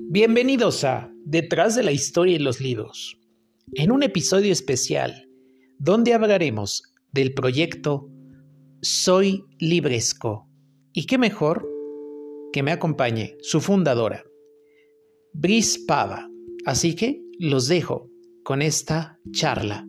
Bienvenidos a Detrás de la Historia y los Libros, en un episodio especial donde hablaremos del proyecto Soy Libresco. Y qué mejor que me acompañe su fundadora, Bris Pava. Así que los dejo con esta charla.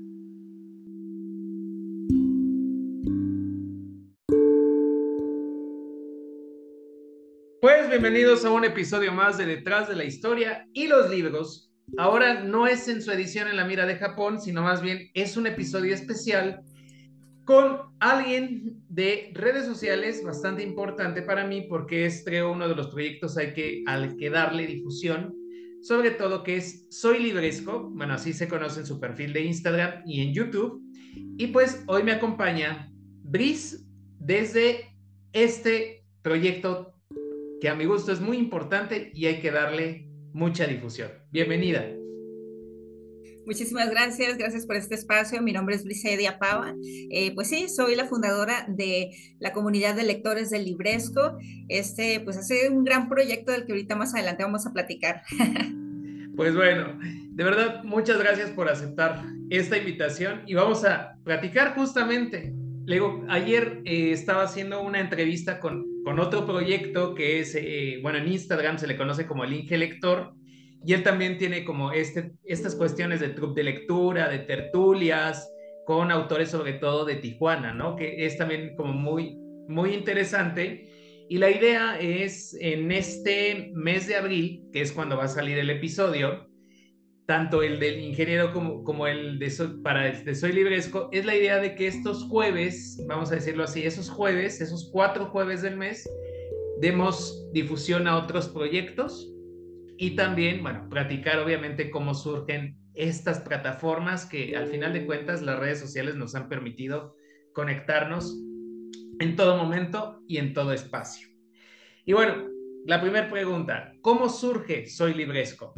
Pues bienvenidos a un episodio más de Detrás de la Historia y los Libros. Ahora no es en su edición en la mira de Japón, sino más bien es un episodio especial con alguien de redes sociales bastante importante para mí porque es, creo, uno de los proyectos al que darle difusión, sobre todo que es Soy Libresco, bueno, así se conoce en su perfil de Instagram y en YouTube. Y pues hoy me acompaña Bris desde este proyecto que a mi gusto es muy importante y hay que darle mucha difusión. Bienvenida. Muchísimas gracias por este espacio. Mi nombre es Brisedia Pava. Pues sí, soy la fundadora de la comunidad de lectores del Libresco. Pues hace un gran proyecto del que ahorita más adelante vamos a platicar. Pues bueno, de verdad, muchas gracias por aceptar esta invitación y vamos a platicar justamente. Le digo, ayer estaba haciendo una entrevista con otro proyecto que es, bueno, en Instagram se le conoce como el Inge Lector, y él también tiene como estas cuestiones de club de lectura, de tertulias, con autores sobre todo de Tijuana, ¿no? Que es también como muy interesante. Y la idea es en este mes de abril, que es cuando va a salir el episodio, tanto el del ingeniero como el de para el de Soy Libresco, es la idea de que estos jueves, vamos a decirlo así, esos jueves, esos 4 jueves del mes, demos difusión a otros proyectos y también, bueno, platicar obviamente cómo surgen estas plataformas que al final de cuentas las redes sociales nos han permitido conectarnos en todo momento y en todo espacio. Y bueno, la primera pregunta, ¿cómo surge Soy Libresco?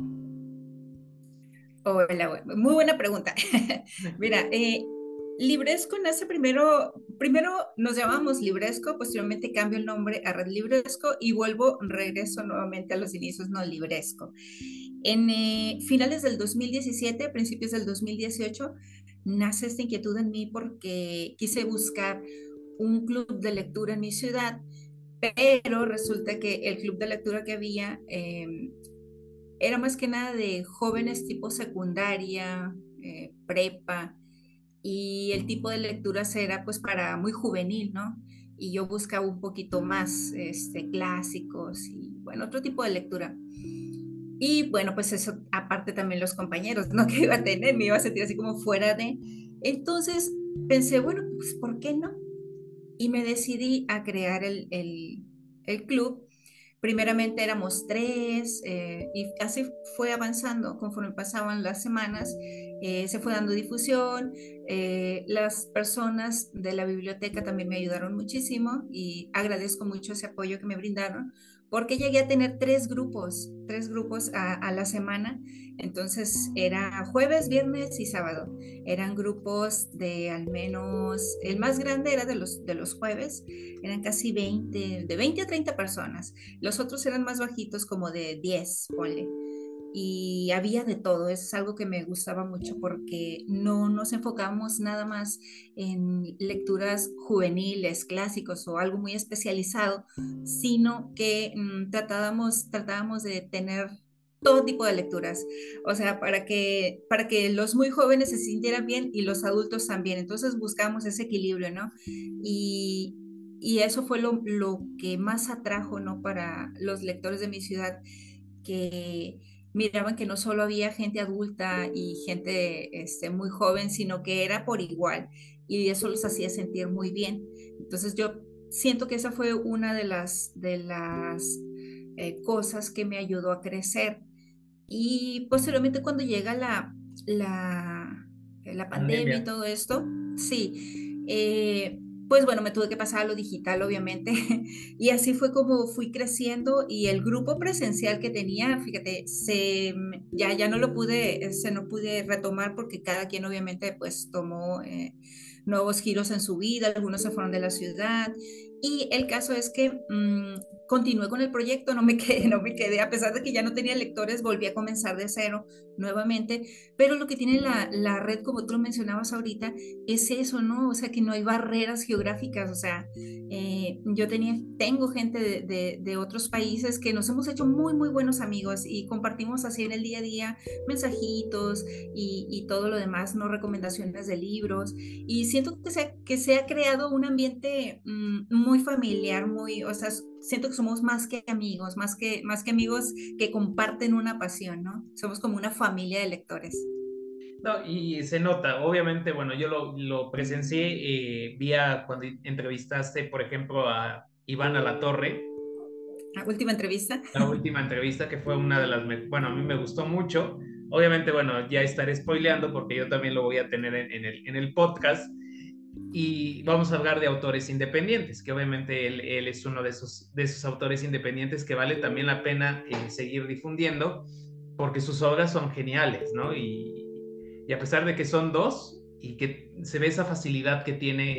Hola, muy buena pregunta. Mira, Libresco nace primero nos llamamos Libresco, posteriormente cambio el nombre a Red Libresco y regreso nuevamente a los inicios, no Libresco. En finales del 2017, principios del 2018, nace esta inquietud en mí porque quise buscar un club de lectura en mi ciudad, pero resulta que el club de lectura que había era más que nada de jóvenes tipo secundaria, prepa, y el tipo de lecturas era pues para muy juvenil, ¿no? Y yo buscaba un poquito más clásicos y bueno, otro tipo de lectura. Y bueno, pues eso, aparte también los compañeros, ¿no? Que iba a tener, me iba a sentir así como fuera de. Entonces pensé, bueno, pues ¿por qué no? Y me decidí a crear el club. Primeramente éramos tres y así fue avanzando conforme pasaban las semanas, se fue dando difusión, las personas de la biblioteca también me ayudaron muchísimo y agradezco mucho ese apoyo que me brindaron porque llegué a tener tres grupos a la semana, entonces era jueves, viernes y sábado, eran grupos de al menos, el más grande era de los jueves, eran casi 20, de 20 a 30 personas. Los otros eran más bajitos, como de 10, ponle. Y había de todo, eso es algo que me gustaba mucho porque no nos enfocamos nada más en lecturas juveniles, clásicos o algo muy especializado, sino que tratábamos de tener todo tipo de lecturas, o sea, para que los muy jóvenes se sintieran bien y los adultos también. Entonces buscamos ese equilibrio, ¿no? Y, y eso fue lo que más atrajo, ¿no? Para los lectores de mi ciudad, que miraban que no solo había gente adulta y gente muy joven, sino que era por igual y eso los hacía sentir muy bien. Entonces yo siento que esa fue una de las cosas que me ayudó a crecer. Y posteriormente cuando llega la pandemia y Pandemia. todo esto, sí, pues bueno, me tuve que pasar a lo digital, obviamente, y así fue como fui creciendo y el grupo presencial que tenía, fíjate, ya no lo pude, no pude retomar porque cada quien obviamente pues tomó nuevos giros en su vida, algunos se fueron de la ciudad Y el caso es que continué con el proyecto, no me quedé, a pesar de que ya no tenía lectores, volví a comenzar de cero nuevamente, pero lo que tiene la red, como tú lo mencionabas ahorita, es eso, ¿no? O sea, que no hay barreras geográficas, o sea, tengo gente de otros países que nos hemos hecho muy, muy buenos amigos y compartimos así en el día a día mensajitos y todo lo demás, ¿no? Recomendaciones de libros. Y siento que se ha creado un ambiente muy familiar, o sea, siento que somos más que amigos que comparten una pasión, ¿no? Somos como una familia de lectores. No, y se nota, obviamente, bueno, yo lo presencié vía cuando entrevistaste, por ejemplo, a Iván Alatorre, La última entrevista. la última entrevista que fue una de las, bueno, a mí me gustó mucho. Obviamente, bueno, ya estaré spoileando porque yo también lo voy a tener en el podcast y vamos a hablar de autores independientes, que obviamente él es uno de esos autores independientes que vale también la pena seguir difundiendo porque sus obras son geniales, ¿no? Y a pesar de que son dos y que se ve esa facilidad que tiene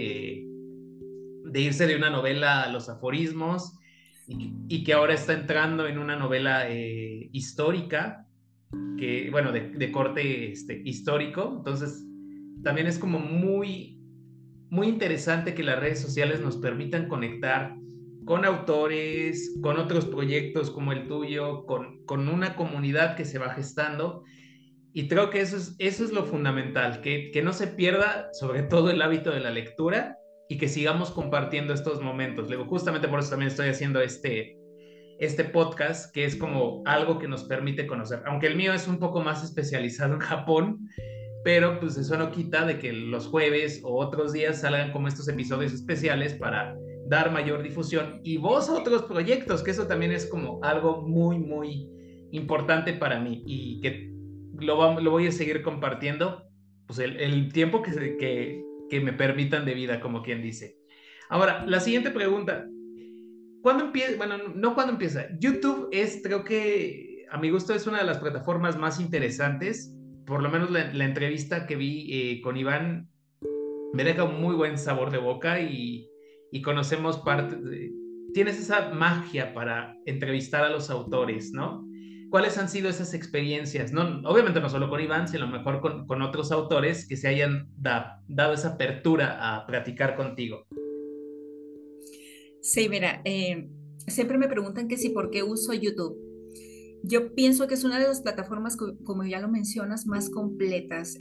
de irse de una novela a los aforismos y que ahora está entrando en una novela histórica, que, bueno, de corte histórico, entonces también es como muy, muy interesante que las redes sociales nos permitan conectar con autores, con otros proyectos como el tuyo, con una comunidad que se va gestando. Y creo que eso es lo fundamental, que no se pierda sobre todo el hábito de la lectura y que sigamos compartiendo estos momentos. Luego, justamente por eso también estoy haciendo este podcast, que es como algo que nos permite conocer. Aunque el mío es un poco más especializado en Japón, pero pues eso no quita de que los jueves o otros días salgan como estos episodios especiales para dar mayor difusión y voz a otros proyectos, que eso también es como algo muy, muy importante para mí y que lo voy a seguir compartiendo pues el tiempo que me permitan de vida, como quien dice. Ahora, la siguiente pregunta, ¿cuándo empieza? Bueno, no cuándo empieza. YouTube es, creo que a mi gusto es una de las plataformas más interesantes. Por lo menos la entrevista que vi con Iván me deja un muy buen sabor de boca y conocemos parte tienes esa magia para entrevistar a los autores, ¿no? ¿Cuáles han sido esas experiencias? No, obviamente no solo con Iván, sino a lo mejor con otros autores que se hayan dado esa apertura a platicar contigo. Sí, mira, siempre me preguntan que si por qué uso YouTube. Yo pienso que es una de las plataformas, como ya lo mencionas, más completas.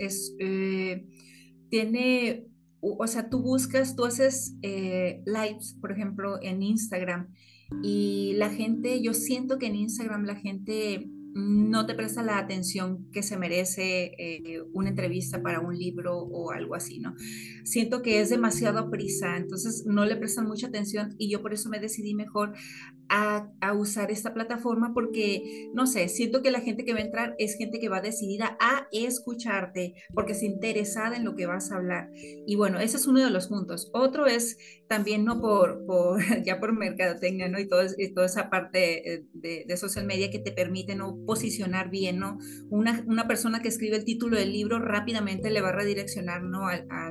Tiene, o sea, tú haces lives, por ejemplo, en Instagram, y yo siento que en Instagram la gente no te presta la atención que se merece una entrevista para un libro o algo así, ¿no? Siento que es demasiado prisa, entonces no le prestan mucha atención y yo por eso me decidí mejor a usar esta plataforma porque, no sé, siento que la gente que va a entrar es gente que va decidida a escucharte porque es interesada en lo que vas a hablar. Y bueno, ese es uno de los puntos. Otro es también, no ya por mercadotecnia, ¿no? Y toda esa parte de social media que te permite, ¿no? Posicionar bien, ¿no? Una persona que escribe el título del libro rápidamente le va a redireccionar, ¿no?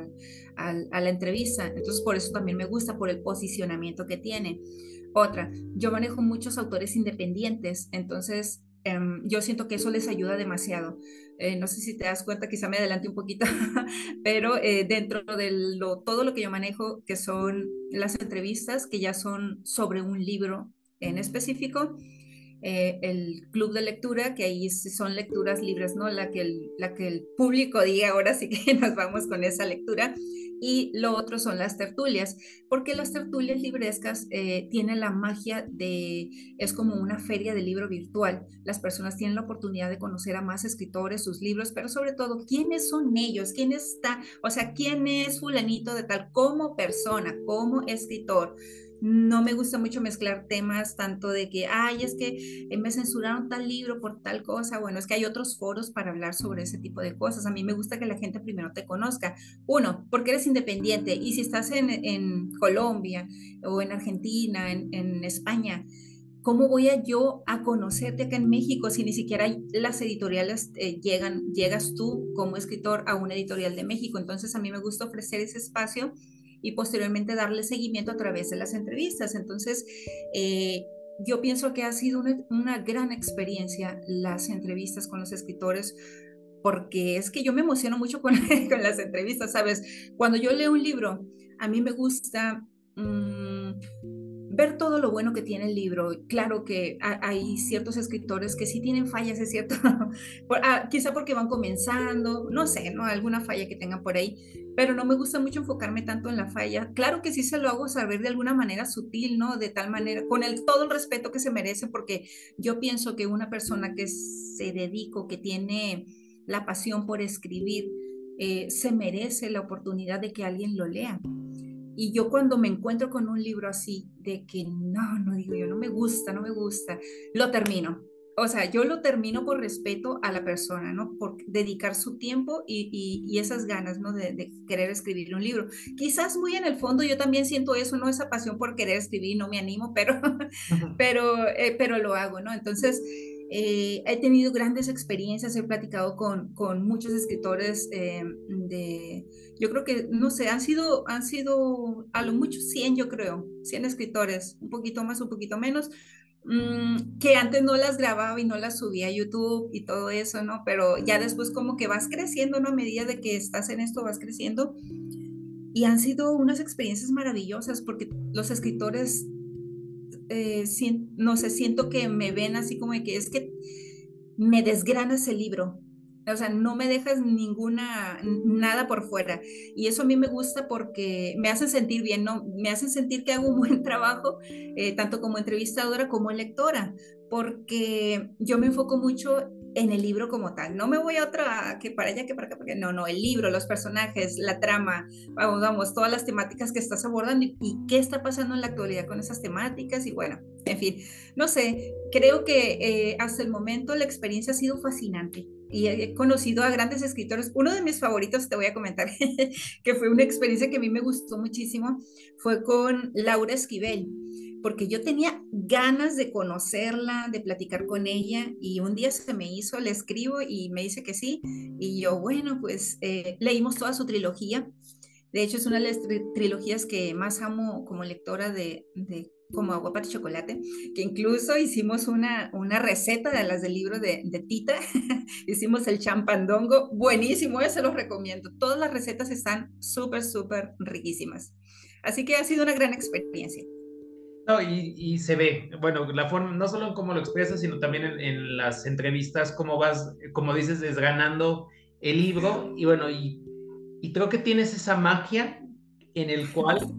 A la entrevista. Entonces, por eso también me gusta, por el posicionamiento que tiene. Otra, yo manejo muchos autores independientes, entonces yo siento que eso les ayuda demasiado. No sé si te das cuenta, quizá me adelante un poquito, pero dentro de todo lo que yo manejo, que son las entrevistas, que ya son sobre un libro en específico, el club de lectura, que ahí sí son lecturas libres, ¿no? La que el público diga, ahora sí que nos vamos con esa lectura. Y lo otro son las tertulias, porque las tertulias librescas tienen la magia es como una feria de libro virtual. Las personas tienen la oportunidad de conocer a más escritores, sus libros, pero sobre todo, ¿quiénes son ellos? O sea, quién es fulanito de tal como persona, como escritor? No me gusta mucho mezclar temas tanto de que, ay, es que me censuraron tal libro por tal cosa. Bueno, es que hay otros foros para hablar sobre ese tipo de cosas. A mí me gusta que la gente primero te conozca. Uno, porque eres independiente. Y si estás en Colombia o en Argentina, en España, ¿cómo voy yo a conocerte acá en México si ni siquiera las editoriales llegas tú como escritor a una editorial de México? Entonces a mí me gusta ofrecer ese espacio y posteriormente darle seguimiento a través de las entrevistas. Entonces, yo pienso que ha sido una gran experiencia las entrevistas con los escritores, porque es que yo me emociono mucho con, con las entrevistas, ¿sabes? Cuando yo leo un libro, a mí me gusta ver todo lo bueno que tiene el libro. Claro que hay ciertos escritores que sí tienen fallas, es cierto, quizá porque van comenzando, no sé, ¿no? Alguna falla que tengan por ahí, pero no me gusta mucho enfocarme tanto en la falla. Claro que sí se lo hago saber de alguna manera sutil, ¿no? De tal manera, con todo el respeto que se merece, porque yo pienso que una persona que se dedica, que tiene la pasión por escribir, se merece la oportunidad de que alguien lo lea. Y yo cuando me encuentro con un libro así, de que no digo yo, no me gusta, no me gusta, lo termino. O sea, yo lo termino por respeto a la persona, ¿no? Por dedicar su tiempo y esas ganas, ¿no? De querer escribir un libro. Quizás muy en el fondo yo también siento eso, ¿no? Esa pasión por querer escribir, no me animo, pero, pero lo hago, ¿no? Entonces, he tenido grandes experiencias, he platicado con muchos escritores yo creo que, no sé, han sido a lo mucho 100, yo creo, 100 escritores, un poquito más, un poquito menos, que antes no las grababa y no las subía a YouTube y todo eso, ¿no? Pero ya después como que vas creciendo, ¿no? A medida de que estás en esto, vas creciendo. Y han sido unas experiencias maravillosas porque los escritores, no sé, siento que me ven así como de que es que me desgranas el libro. O sea, no me dejas nada por fuera. Y eso a mí me gusta porque me hace sentir bien, ¿no? Me hace sentir que hago un buen trabajo, tanto como entrevistadora como lectora, porque yo me enfoco mucho en el libro como tal. No me voy a otra, que para allá, que para acá, porque no, el libro, los personajes, la trama, vamos, todas las temáticas que estás abordando y qué está pasando en la actualidad con esas temáticas y bueno, en fin, no sé, creo que hasta el momento la experiencia ha sido fascinante y he conocido a grandes escritores. Uno de mis favoritos, te voy a comentar, que fue una experiencia que a mí me gustó muchísimo, fue con Laura Esquivel, porque yo tenía ganas de conocerla, de platicar con ella y un día se me hizo, le escribo y me dice que sí y yo, bueno, pues leímos toda su trilogía. De hecho, es una de las trilogías que más amo como lectora de como agua para chocolate, que incluso hicimos una receta de las del libro de Tita, hicimos el champandongo, buenísimo, se los recomiendo. Todas las recetas están súper, súper riquísimas. Así que ha sido una gran experiencia. No, y se ve, bueno, la forma, no solo en cómo lo expresas, sino también en las entrevistas, cómo vas, como dices, desgranando el libro, y bueno, y creo que tienes esa magia en el cual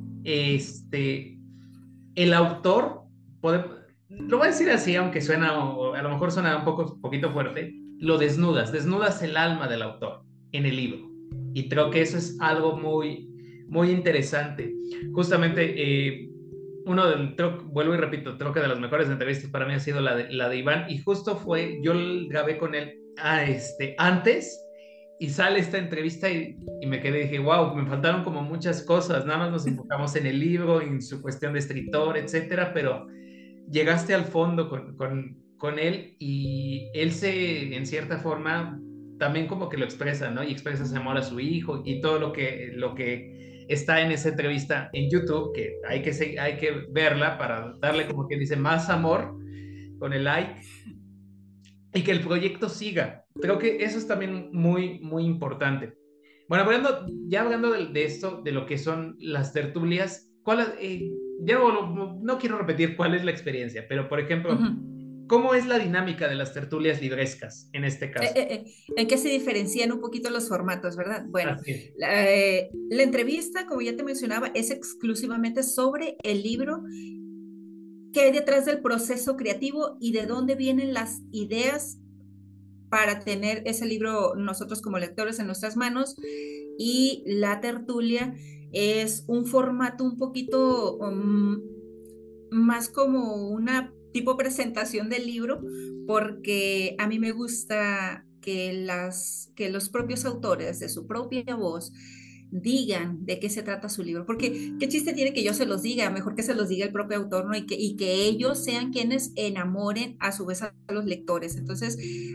el autor, lo voy a decir así, aunque suena, o a lo mejor suena un poquito fuerte, lo desnudas el alma del autor en el libro. Y creo que eso es algo muy interesante. Justamente, vuelvo y repito, creo que de las mejores entrevistas para mí ha sido la de Iván, y justo yo grabé con él antes, y sale esta entrevista y me quedé, dije, wow, me faltaron como muchas cosas, nada más nos enfocamos en el libro, en su cuestión de escritor, etcétera, pero llegaste al fondo con él y él en cierta forma, también como que lo expresa, ¿no? Y expresa ese amor a su hijo y todo lo que está en esa entrevista en YouTube, que hay que verla para darle como que dice más amor con el like y que el proyecto siga. Creo que eso es también muy importante. Bueno, ya hablando de esto, de lo que son las tertulias, ya no quiero repetir cuál es la experiencia, pero por Uh ejemplo, -huh. ¿cómo es la dinámica de las tertulias librescas en este caso? ¿En qué se diferencian un poquito los formatos, verdad? Bueno, Así es. la entrevista, como ya te mencionaba, es exclusivamente sobre el libro, qué hay detrás del proceso creativo y de dónde vienen las ideas para tener ese libro nosotros como lectores en nuestras manos. Y la tertulia es un formato un poquito más como una tipo presentación del libro, porque a mí me gusta que los propios autores de su propia voz digan de qué se trata su libro, porque qué chiste tiene que yo se los diga, mejor que se los diga el propio autor, ¿no? Y que ellos sean quienes enamoren a su vez a los lectores. Entonces,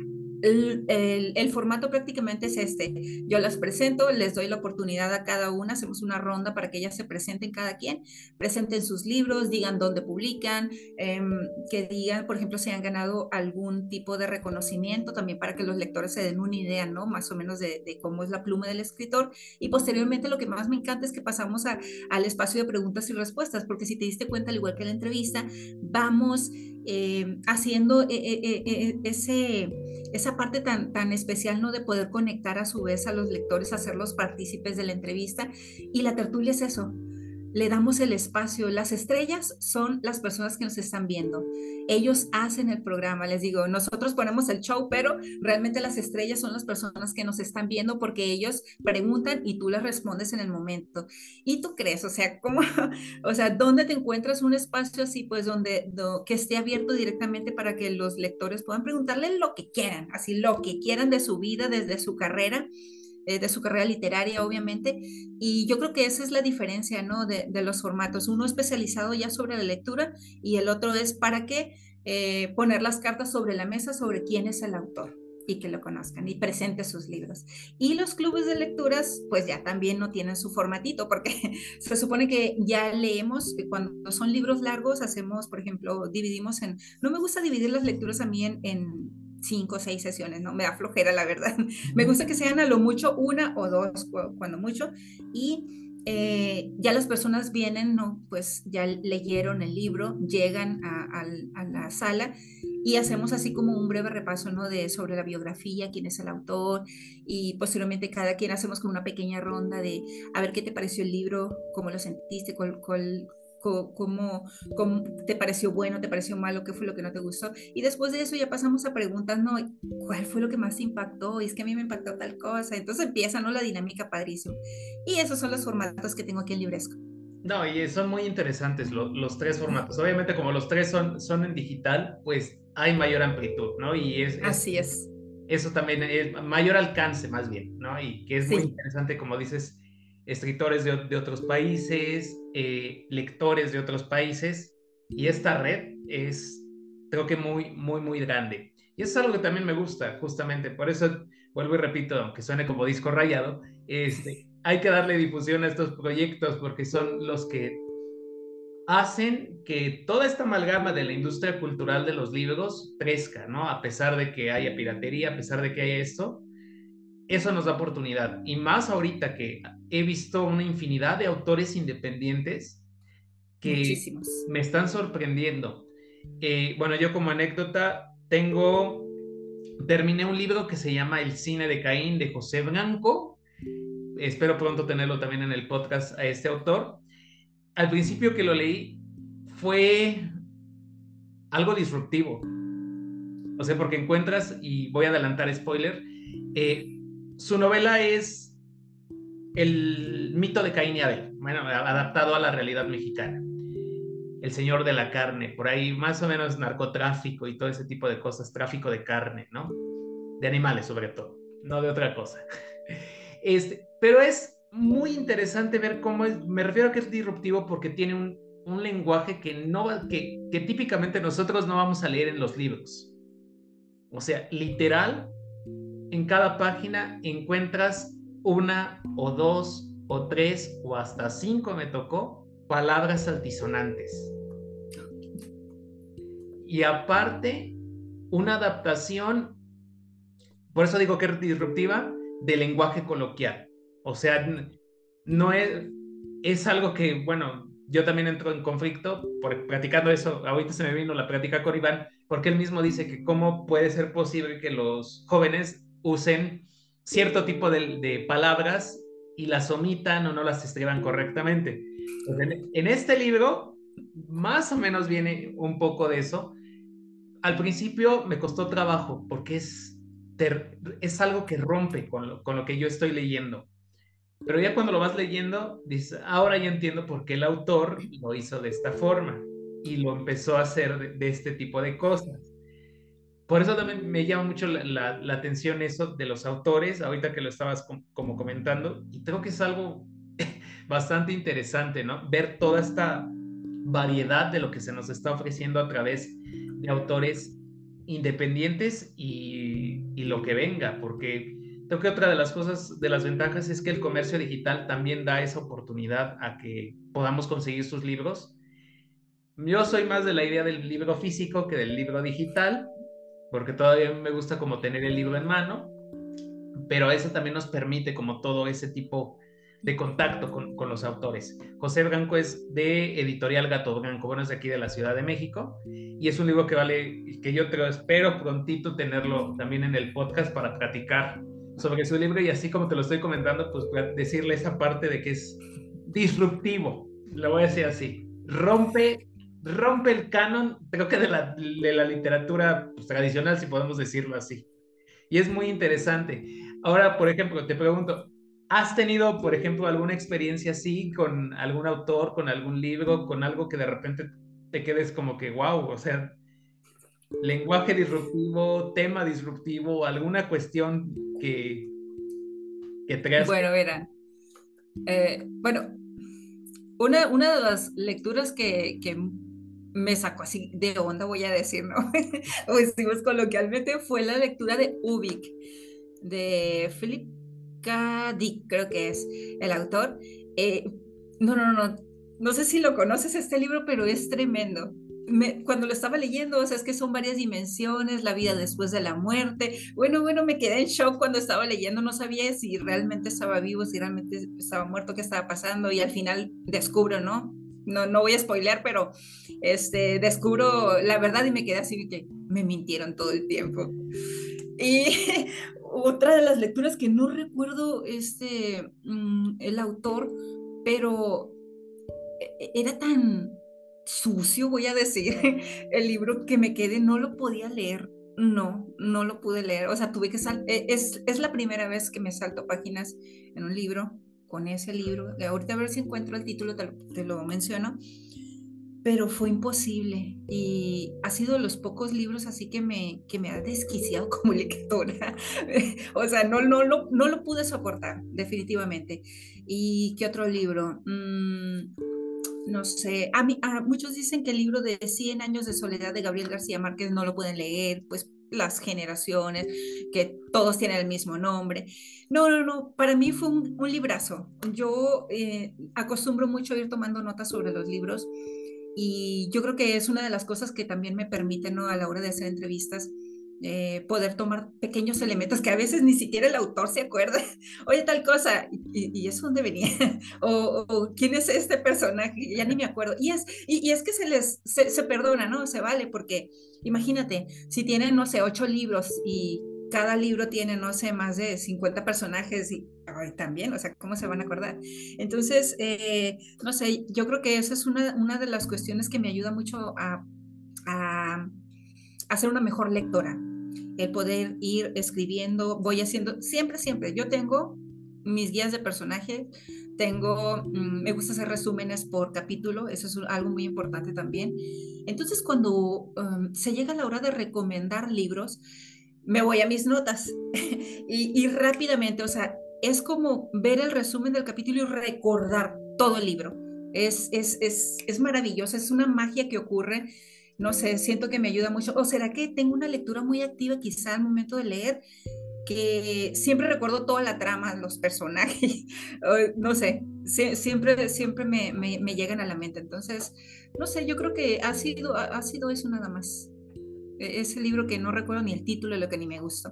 el formato prácticamente es este. Yo las presento, les doy la oportunidad a cada una, hacemos una ronda para que ellas se presenten cada quien, presenten sus libros, digan dónde publican, que digan, por ejemplo, si han ganado algún tipo de reconocimiento, también para que los lectores se den una idea, ¿no? Más o menos de cómo es la pluma del escritor. Y posteriormente lo que más me encanta es que pasamos al espacio de preguntas y respuestas, porque si te diste cuenta, al igual que la entrevista, vamos haciendo esa parte tan especial, ¿no? De poder conectar a su vez a los lectores, hacerlos partícipes de la entrevista. Y la tertulia es eso, le damos el espacio. Las estrellas son las personas que nos están viendo. Ellos hacen el programa, les digo, nosotros ponemos el show, pero realmente las estrellas son las personas que nos están viendo porque ellos preguntan y tú les respondes en el momento. ¿Y tú crees? O sea, ¿cómo? O sea, ¿dónde te encuentras un espacio así, pues, que esté abierto directamente para que los lectores puedan preguntarle lo que quieran, así lo que quieran de su vida, desde de su carrera literaria, obviamente, y yo creo que esa es la diferencia, ¿no? De los formatos, uno especializado ya sobre la lectura y el otro es para qué poner las cartas sobre la mesa sobre quién es el autor y que lo conozcan y presente sus libros. Y los clubes de lecturas, pues ya también no tienen su formatito, porque se supone que ya leemos, cuando son libros largos, hacemos, por ejemplo, dividimos no me gusta dividir las lecturas a mí en 5 o 6 sesiones, ¿no? Me da flojera, la verdad. Me gusta que sean a lo mucho una o dos, cuando mucho, y ya las personas vienen, ¿no? Pues ya leyeron el libro, llegan a la sala y hacemos así como un breve repaso, ¿no? Sobre la biografía, quién es el autor, y posteriormente cada quien hacemos como una pequeña ronda de a ver qué te pareció el libro, cómo lo sentiste, cómo te pareció bueno, te pareció malo, qué fue lo que no te gustó. Y después de eso ya pasamos a preguntas, ¿no? ¿Cuál fue lo que más te impactó? Y es que a mí me impactó tal cosa. Entonces empieza, ¿no? La dinámica padrísimo. Y esos son los formatos que tengo aquí en Libresco. No, y son muy interesantes los tres formatos. Obviamente, como los tres son en digital, pues hay mayor amplitud, ¿no? Y Así es. eso también es mayor alcance, más bien, ¿no? Y que es muy Sí. interesante, como dices, escritores de otros países, lectores de otros países, y esta red es, creo que muy, muy, muy grande. Y eso es algo que también me gusta, justamente. Por eso, vuelvo y repito, aunque suene como disco rayado, hay que darle difusión a estos proyectos porque son los que hacen que toda esta amalgama de la industria cultural de los libros crezca, ¿no? A pesar de que haya piratería, a pesar de que haya esto, eso nos da oportunidad. Y más ahorita que he visto una infinidad de autores independientes que Muchísimos. me están sorprendiendo. Bueno, yo como anécdota terminé un libro que se llama El cine de Caín de José Blanco. Espero pronto tenerlo también en el podcast a este autor. Al principio que lo leí fue algo disruptivo. O sea, porque encuentras, y voy a adelantar spoiler, su novela es el mito de Caín y Abel, bueno, adaptado a la realidad mexicana. El señor de la carne, por ahí más o menos narcotráfico y todo ese tipo de cosas, tráfico de carne, ¿no? De animales sobre todo, no de otra cosa. Pero es muy interesante ver cómo es, me refiero a que es disruptivo porque tiene un lenguaje que típicamente nosotros no vamos a leer en los libros. O sea, literal, en cada página encuentras una o dos o tres o hasta cinco, me tocó, palabras altisonantes. Y aparte, una adaptación, por eso digo que es disruptiva, del lenguaje coloquial. O sea, no es algo que, bueno, yo también entro en conflicto por platicando eso. Ahorita se me vino la plática con Iván, porque él mismo dice que cómo puede ser posible que los jóvenes usen cierto tipo de palabras y las omitan o no las escriban correctamente. Pues en este libro, más o menos viene un poco de eso. Al principio me costó trabajo porque es algo que rompe con lo que yo estoy leyendo. Pero ya cuando lo vas leyendo, dices, ahora ya entiendo por qué el autor lo hizo de esta forma y lo empezó a hacer de este tipo de cosas. Por eso también me llama mucho la atención eso de los autores, ahorita que lo estabas como comentando, y creo que es algo bastante interesante, ¿no? Ver toda esta variedad de lo que se nos está ofreciendo a través de autores independientes y lo que venga, porque creo que otra de las cosas, de las ventajas es que el comercio digital también da esa oportunidad a que podamos conseguir sus libros. Yo soy más de la idea del libro físico que del libro digital, porque todavía me gusta como tener el libro en mano, pero eso también nos permite como todo ese tipo de contacto con los autores. José Branco es de Editorial Gato Branco, bueno, es de aquí de la Ciudad de México, y es un libro que vale, que yo te lo espero prontito tenerlo también en el podcast para platicar sobre su libro, y así como te lo estoy comentando, pues decirle esa parte de que es disruptivo, lo voy a decir así, rompe el canon, creo que de la literatura pues, tradicional, si podemos decirlo así. Y es muy interesante. Ahora, por ejemplo, te pregunto, ¿has tenido, por ejemplo, alguna experiencia así con algún autor, con algún libro, con algo que de repente te quedes como que, wow, o sea, lenguaje disruptivo, tema disruptivo, alguna cuestión que creas? Bueno, verá, bueno, una de las lecturas que me sacó así de onda, voy a decir, ¿no? O decimos coloquialmente, fue la lectura de Ubik, de Philip K. Dick, creo que es el autor. Eh, no, no sé si lo conoces este libro, pero es tremendo. Cuando lo estaba leyendo, o sea, es que son varias dimensiones, la vida después de la muerte. Bueno, me quedé en shock cuando estaba leyendo, no sabía si realmente estaba vivo, si realmente estaba muerto, qué estaba pasando, y al final descubro, ¿no? No voy a spoilear, pero descubro la verdad y me quedé así que me mintieron todo el tiempo. Y otra de las lecturas que no recuerdo el autor, pero era tan sucio, voy a decir, el libro que me quedé, no lo podía leer. No lo pude leer. O sea, tuve que es la primera vez que me salto páginas en un libro con ese libro. Ahorita a ver si encuentro el título, te lo menciono, pero fue imposible y ha sido de los pocos libros así que me ha desquiciado como lectora. O sea, no lo pude soportar, definitivamente. ¿Y qué otro libro? No sé, muchos dicen que el libro de 100 años de soledad de Gabriel García Márquez no lo pueden leer, pues las generaciones, que todos tienen el mismo nombre. No, para mí fue un librazo. Yo acostumbro mucho a ir tomando notas sobre los libros y yo creo que es una de las cosas que también me permite, ¿no? A la hora de hacer entrevistas, poder tomar pequeños elementos que a veces ni siquiera el autor se acuerda. Oye, tal cosa, ¿y eso dónde venía? O ¿quién es este personaje? Ya ni me acuerdo. Y es que se perdona, ¿no? Se vale, porque imagínate, si tienen, no sé, 8 libros y cada libro tiene, no sé, más de 50 personajes y ay, también, o sea, ¿cómo se van a acordar? Entonces, no sé, yo creo que esa es una de las cuestiones que me ayuda mucho a ser una mejor lectora, el poder ir escribiendo, voy haciendo, siempre, yo tengo mis guías de personaje, me gusta hacer resúmenes por capítulo, eso es algo muy importante también. Entonces, cuando se llega la hora de recomendar libros, me voy a mis notas y rápidamente, o sea, es como ver el resumen del capítulo y recordar todo el libro. Es maravilloso, es una magia que ocurre. No sé, siento que me ayuda mucho. ¿O será que tengo una lectura muy activa quizá al momento de leer? Que siempre recuerdo toda la trama, los personajes, no sé, siempre me llegan a la mente. Entonces, no sé, yo creo que ha sido eso nada más. Ese libro que no recuerdo ni el título, lo que ni me gustó.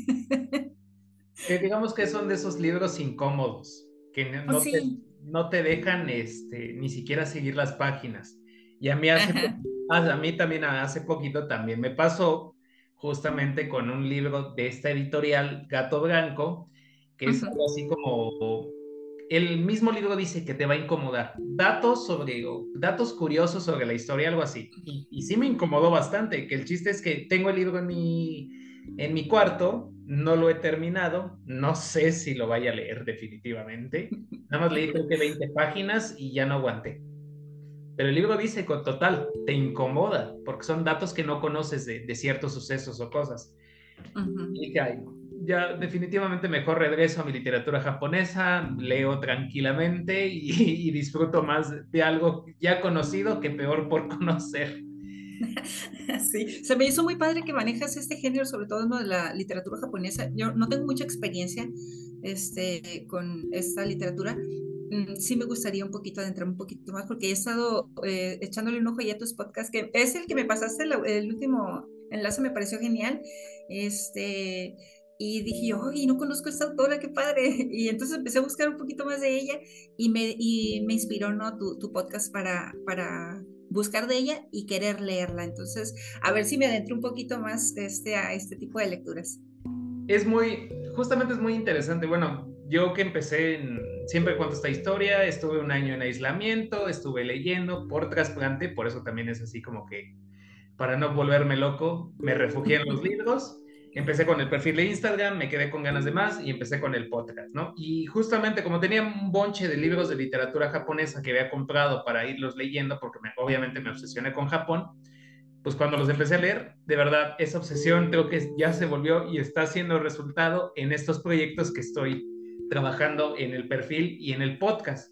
Digamos que son de esos libros incómodos, que Oh, sí, no te dejan ni siquiera seguir las páginas. Y a mí ajá, a mí también hace poquito también me pasó justamente con un libro de esta editorial, Gato Blanco, que es algo uh-huh. así como, el mismo libro dice que te va a incomodar, o datos curiosos sobre la historia, algo así. Y sí me incomodó bastante, que el chiste es que tengo el libro en mi cuarto, no lo he terminado, no sé si lo vaya a leer definitivamente. Nada más leí creo que 20 páginas y ya no aguanté. Pero el libro dice con total, te incomoda, porque son datos que no conoces de ciertos sucesos o cosas. Y Uh-huh. dije, ay, no, ya definitivamente mejor regreso a mi literatura japonesa, leo tranquilamente y disfruto más de algo ya conocido que peor por conocer. Sí, se me hizo muy padre que manejas este género, sobre todo en lo de la literatura japonesa. Yo no tengo mucha experiencia con esta literatura. Sí me gustaría un poquito adentrar un poquito más porque he estado echándole un ojo ya a tus podcasts, que es el que me pasaste, el último enlace me pareció genial. Este, y dije yo, oye, no conozco a esta autora, qué padre. Y entonces empecé a buscar un poquito más de ella y me inspiró, ¿no? Tu podcast para buscar de ella y querer leerla. Entonces, a ver si me adentro un poquito más a este tipo de lecturas. Justamente es muy interesante. Bueno, yo que siempre cuento esta historia, estuve un año en aislamiento, estuve leyendo por trasplante, por eso también es así como que para no volverme loco, me refugié en los libros, empecé con el perfil de Instagram, me quedé con ganas de más y empecé con el podcast, ¿no? Y justamente como tenía un bonche de libros de literatura japonesa que había comprado para irlos leyendo, porque obviamente me obsesioné con Japón, pues cuando los empecé a leer, de verdad, esa obsesión creo que ya se volvió y está haciendo resultado en estos proyectos que estoy trabajando en el perfil y en el podcast.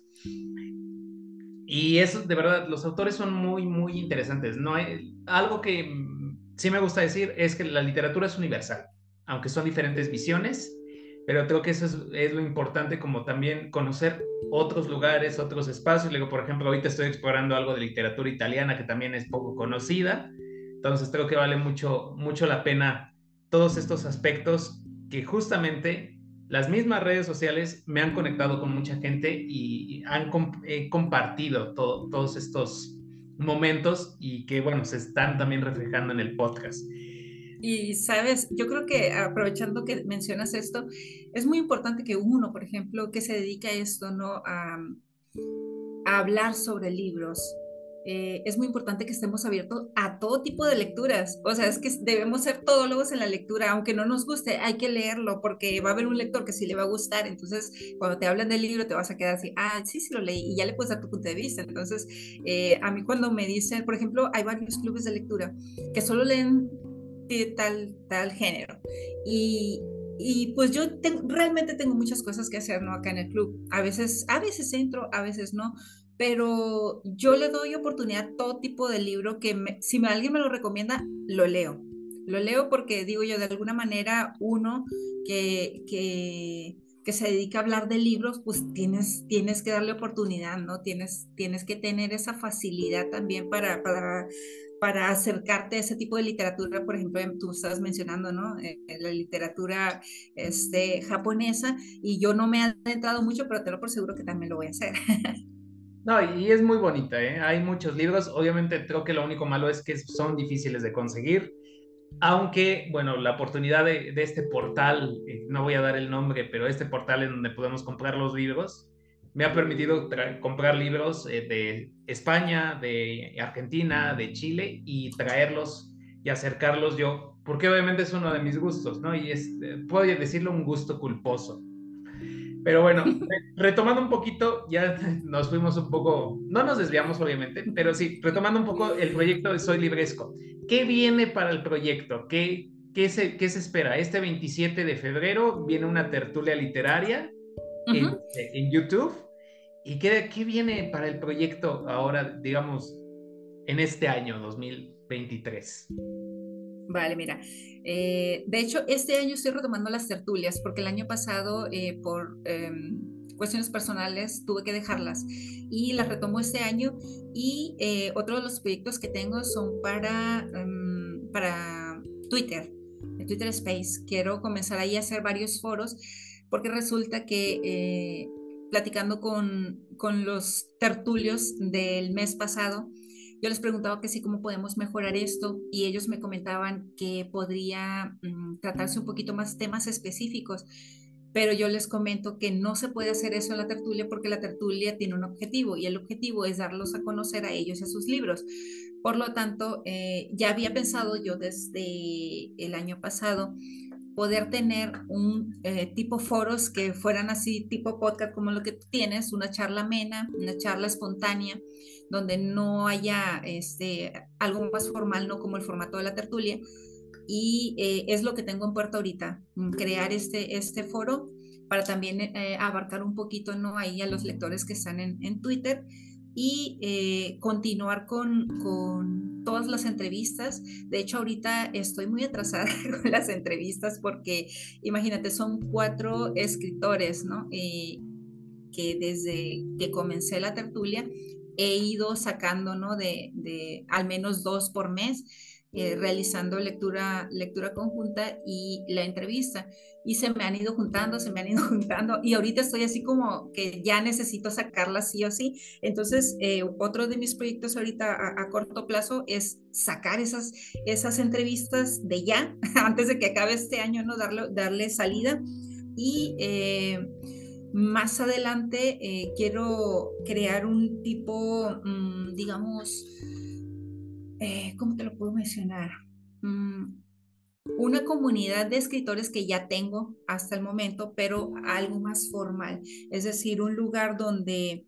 Y eso, de verdad, los autores son muy, muy interesantes. No hay, algo que sí me gusta decir es que la literatura es universal, aunque son diferentes visiones, pero creo que eso es lo importante, como también conocer otros lugares, otros espacios. Luego, por ejemplo, ahorita estoy explorando algo de literatura italiana que también es poco conocida, entonces creo que vale mucho, mucho la pena todos estos aspectos que justamente las mismas redes sociales me han conectado con mucha gente y han compartido todos estos momentos y que, bueno, se están también reflejando en el podcast. Y sabes, yo creo que aprovechando que mencionas esto, es muy importante que uno, por ejemplo, que se dedica a esto, ¿no? A hablar sobre libros. Es muy importante que estemos abiertos a todo tipo de lecturas. O sea, es que debemos ser todólogos en la lectura, aunque no nos guste, hay que leerlo porque va a haber un lector que sí le va a gustar. Entonces, cuando te hablan del libro, te vas a quedar así, ah, sí, sí lo leí y ya le puedes dar tu punto de vista. Entonces, a mí cuando me dicen, por ejemplo, hay varios clubes de lectura que solo leen de tal género. Y pues yo realmente tengo muchas cosas que hacer, ¿no? Acá en el club. A veces entro, a veces no, pero yo le doy oportunidad a todo tipo de libro si alguien me lo recomienda, lo leo. Lo leo porque digo yo, de alguna manera, uno que se dedica a hablar de libros, pues tienes que darle oportunidad, ¿no? Tienes que tener esa facilidad también para acercarte a ese tipo de literatura, por ejemplo, tú estabas mencionando, ¿no? La literatura japonesa, y yo no me he adentrado mucho, pero te lo por seguro que también lo voy a hacer. No, y es muy bonita, ¿eh? Hay muchos libros, obviamente creo que lo único malo es que son difíciles de conseguir, aunque, bueno, la oportunidad de este portal, no voy a dar el nombre, pero este portal en donde podemos comprar los libros, me ha permitido comprar libros de España, de Argentina, de Chile y traerlos y acercarlos yo, porque obviamente es uno de mis gustos, ¿no? Y puedo decirlo, un gusto culposo. Pero bueno, retomando un poquito, ya nos fuimos un poco, no nos desviamos obviamente, pero sí, retomando un poco el proyecto de Soy Libresco. ¿Qué viene para el proyecto? ¿Qué se espera? Este 27 de febrero viene una tertulia literaria en YouTube. ¿Y qué viene para el proyecto ahora, digamos, en este año 2023? Vale, mira, de hecho, este año estoy retomando las tertulias porque el año pasado, por cuestiones personales, tuve que dejarlas y las retomo este año. Y otro de los proyectos que tengo son para Twitter, el Twitter Space. Quiero comenzar ahí a hacer varios foros porque resulta que platicando con los tertulios del mes pasado, yo les preguntaba que sí, cómo podemos mejorar esto, y ellos me comentaban que podría tratarse un poquito más temas específicos, pero yo les comento que no se puede hacer eso en la tertulia porque la tertulia tiene un objetivo y el objetivo es darlos a conocer a ellos y a sus libros. Por lo tanto, ya había pensado yo desde el año pasado poder tener un tipo foros que fueran así, tipo podcast como lo que tú tienes, una charla amena, una charla espontánea, donde no haya algo más formal, no como el formato de la tertulia. Y es lo que tengo en puerta ahorita, crear este foro para también abarcar un poquito, ¿no? Ahí a los lectores que están en Twitter, y continuar con todas las entrevistas. De hecho, ahorita estoy muy atrasada con las entrevistas porque, imagínate, son 4 escritores, ¿no? Que desde que comencé la tertulia he ido sacando, ¿no? De al menos 2 por mes, realizando lectura conjunta y la entrevista. Y se me han ido juntando, se me han ido juntando, y ahorita estoy así como que ya necesito sacarla sí o sí. Entonces, otro de mis proyectos ahorita a corto plazo es sacar esas entrevistas de ya, antes de que acabe este año, ¿no? Darle salida. Y más adelante quiero crear un tipo, digamos, ¿cómo te lo puedo mencionar? Mm, una comunidad de escritores que ya tengo hasta el momento, pero algo más formal. Es decir, un lugar donde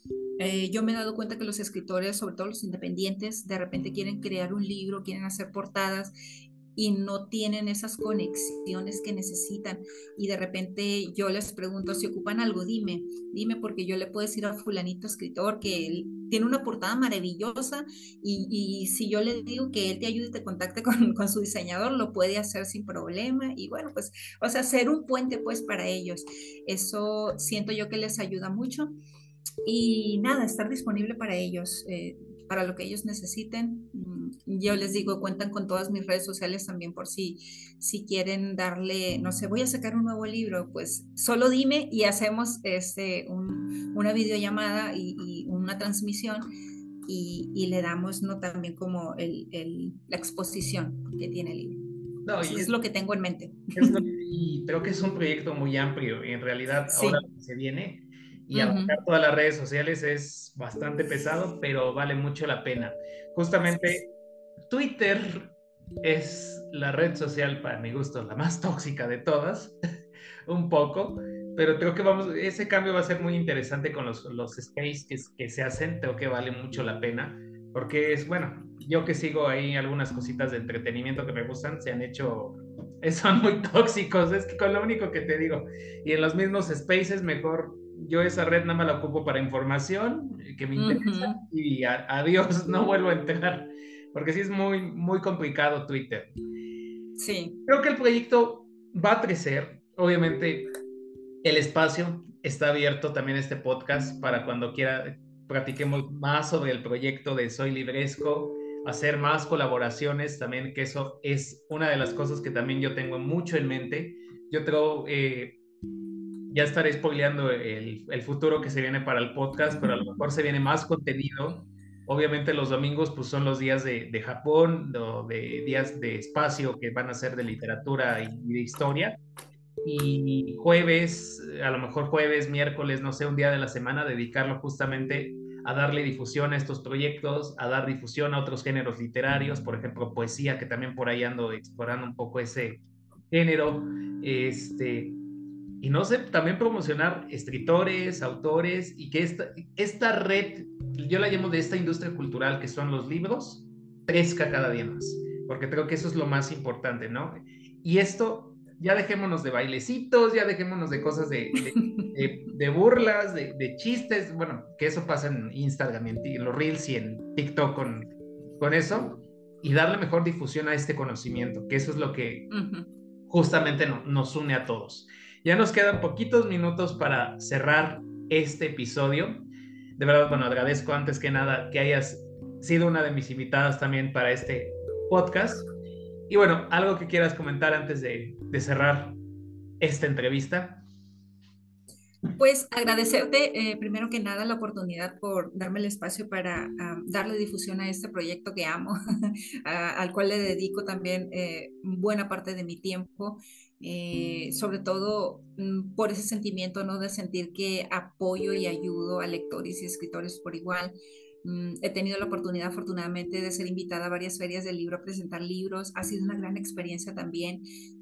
yo me he dado cuenta que los escritores, sobre todo los independientes, de repente quieren crear un libro, quieren hacer portadas y no tienen esas conexiones que necesitan. Y de repente yo les pregunto, si ocupan algo, dime, porque yo le puedo decir a fulanito escritor que él tiene una portada maravillosa, y si yo le digo que él te ayude y te contacte con su diseñador, lo puede hacer sin problema. Y bueno, pues, o sea, ser un puente pues para ellos. Eso siento yo que les ayuda mucho. Y nada, estar disponible para ellos, para lo que ellos necesiten. Yo les digo, cuentan con todas mis redes sociales también por si quieren darle, no sé, voy a sacar un nuevo libro, pues solo dime y hacemos una videollamada y una transmisión, y le damos, ¿no? También como la exposición que tiene el libro. No, Eso es lo que tengo en mente. y creo que es un proyecto muy amplio. En realidad, ahora Sí. lo que se viene y abarcar Ujú. todas las redes sociales es bastante pesado, pero vale mucho la pena. Así es. Justamente Twitter es la red social, para mi gusto, la más tóxica de todas, un poco, pero creo que ese cambio va a ser muy interesante con los space que se hacen, creo que vale mucho la pena, porque es, bueno, yo que sigo ahí algunas cositas de entretenimiento que me gustan, se han hecho, son muy tóxicos, es que con lo único que te digo, y en los mismos spaces mejor yo esa red nada más la ocupo para información que me interesa Ujú. y adiós, no vuelvo a entrar, porque sí es muy, muy complicado Twitter. Sí. Creo que el proyecto va a crecer, obviamente el espacio está abierto también este podcast para cuando quiera platiquemos más sobre el proyecto de Soy Libresco, hacer más colaboraciones también, que eso es una de las cosas que también yo tengo mucho en mente. Yo creo, ya estaré spoileando el futuro que se viene para el podcast, pero a lo mejor se viene más contenido. Obviamente los domingos pues son los días de Japón, de días de espacio que van a ser de literatura y de historia. Y jueves, a lo mejor jueves, miércoles, no sé, un día de la semana, dedicarlo justamente a darle difusión a estos proyectos, a dar difusión a otros géneros literarios, por ejemplo, poesía, que también por ahí ando explorando un poco ese género. Y no sé, también promocionar escritores, autores, y que esta red, yo la llamo de esta industria cultural, que son los libros, crezca cada día más, porque creo que eso es lo más importante, ¿no? Y esto, ya dejémonos de bailecitos, ya dejémonos de cosas de burlas, de chistes, bueno, que eso pasa en Instagram, en los Reels y en TikTok con eso, y darle mejor difusión a este conocimiento, que eso es lo que Ujú. justamente nos une a todos. Ya nos quedan poquitos minutos para cerrar este episodio. De verdad, bueno, agradezco antes que nada que hayas sido una de mis invitadas también para este podcast. Y bueno, algo que quieras comentar antes de cerrar esta entrevista. Pues agradecerte, primero que nada, la oportunidad por darme el espacio para darle difusión a este proyecto que amo, al cual le dedico también buena parte de mi tiempo, sobre todo por ese sentimiento, ¿no? De sentir que apoyo y ayudo a lectores y escritores por igual. He tenido la oportunidad, afortunadamente, de ser invitada a varias ferias del libro a presentar libros. Ha sido una gran experiencia también,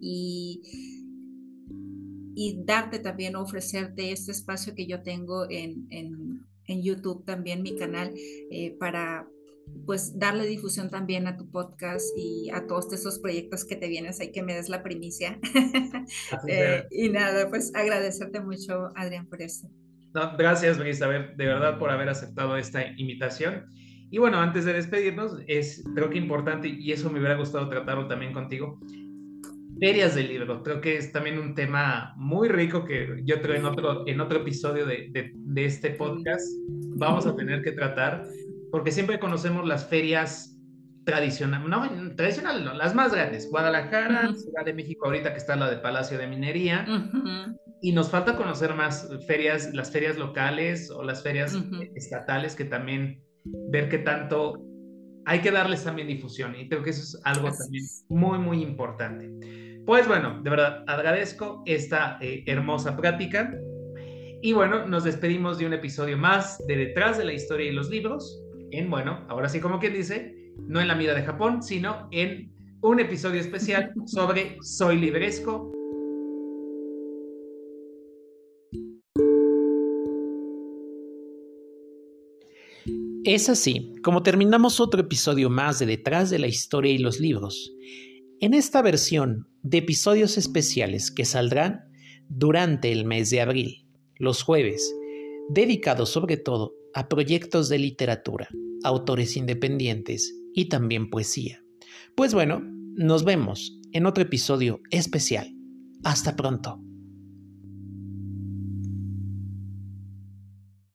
y darte también, ofrecerte este espacio que yo tengo en YouTube, también mi canal, para pues darle difusión también a tu podcast y a todos esos proyectos que te vienes ahí, que me des la primicia. Así será. Y nada, pues agradecerte mucho, Adrián, por eso. No, gracias, Brisa, de verdad por haber aceptado esta invitación. Y bueno, antes de despedirnos, creo que importante, y eso me hubiera gustado tratarlo también contigo, ferias del libro. Creo que es también un tema muy rico que yo creo en otro episodio de este Sí. podcast vamos a tener que tratar, porque siempre conocemos las ferias tradicionales, no, tradicionales no, las más grandes, Guadalajara, Ujú, Ciudad de México, ahorita que está la de Palacio de Minería, ujú, y nos falta conocer más ferias, las ferias locales o las ferias ujú. estatales, que también ver qué tanto hay que darles también difusión. Y creo que eso es algo Así también es. muy, muy importante. Pues bueno, de verdad agradezco esta hermosa plática. Y bueno, nos despedimos de un episodio más de Detrás de la Historia y los Libros. Bueno, ahora sí como quien dice, no en la mira de Japón, sino en un episodio especial sobre Soy Libresco. Es así como terminamos otro episodio más de Detrás de la Historia y los Libros. En esta versión de episodios especiales que saldrán durante el mes de abril, los jueves, dedicados sobre todo a proyectos de literatura, autores independientes y también poesía. Pues bueno, nos vemos en otro episodio especial. Hasta pronto.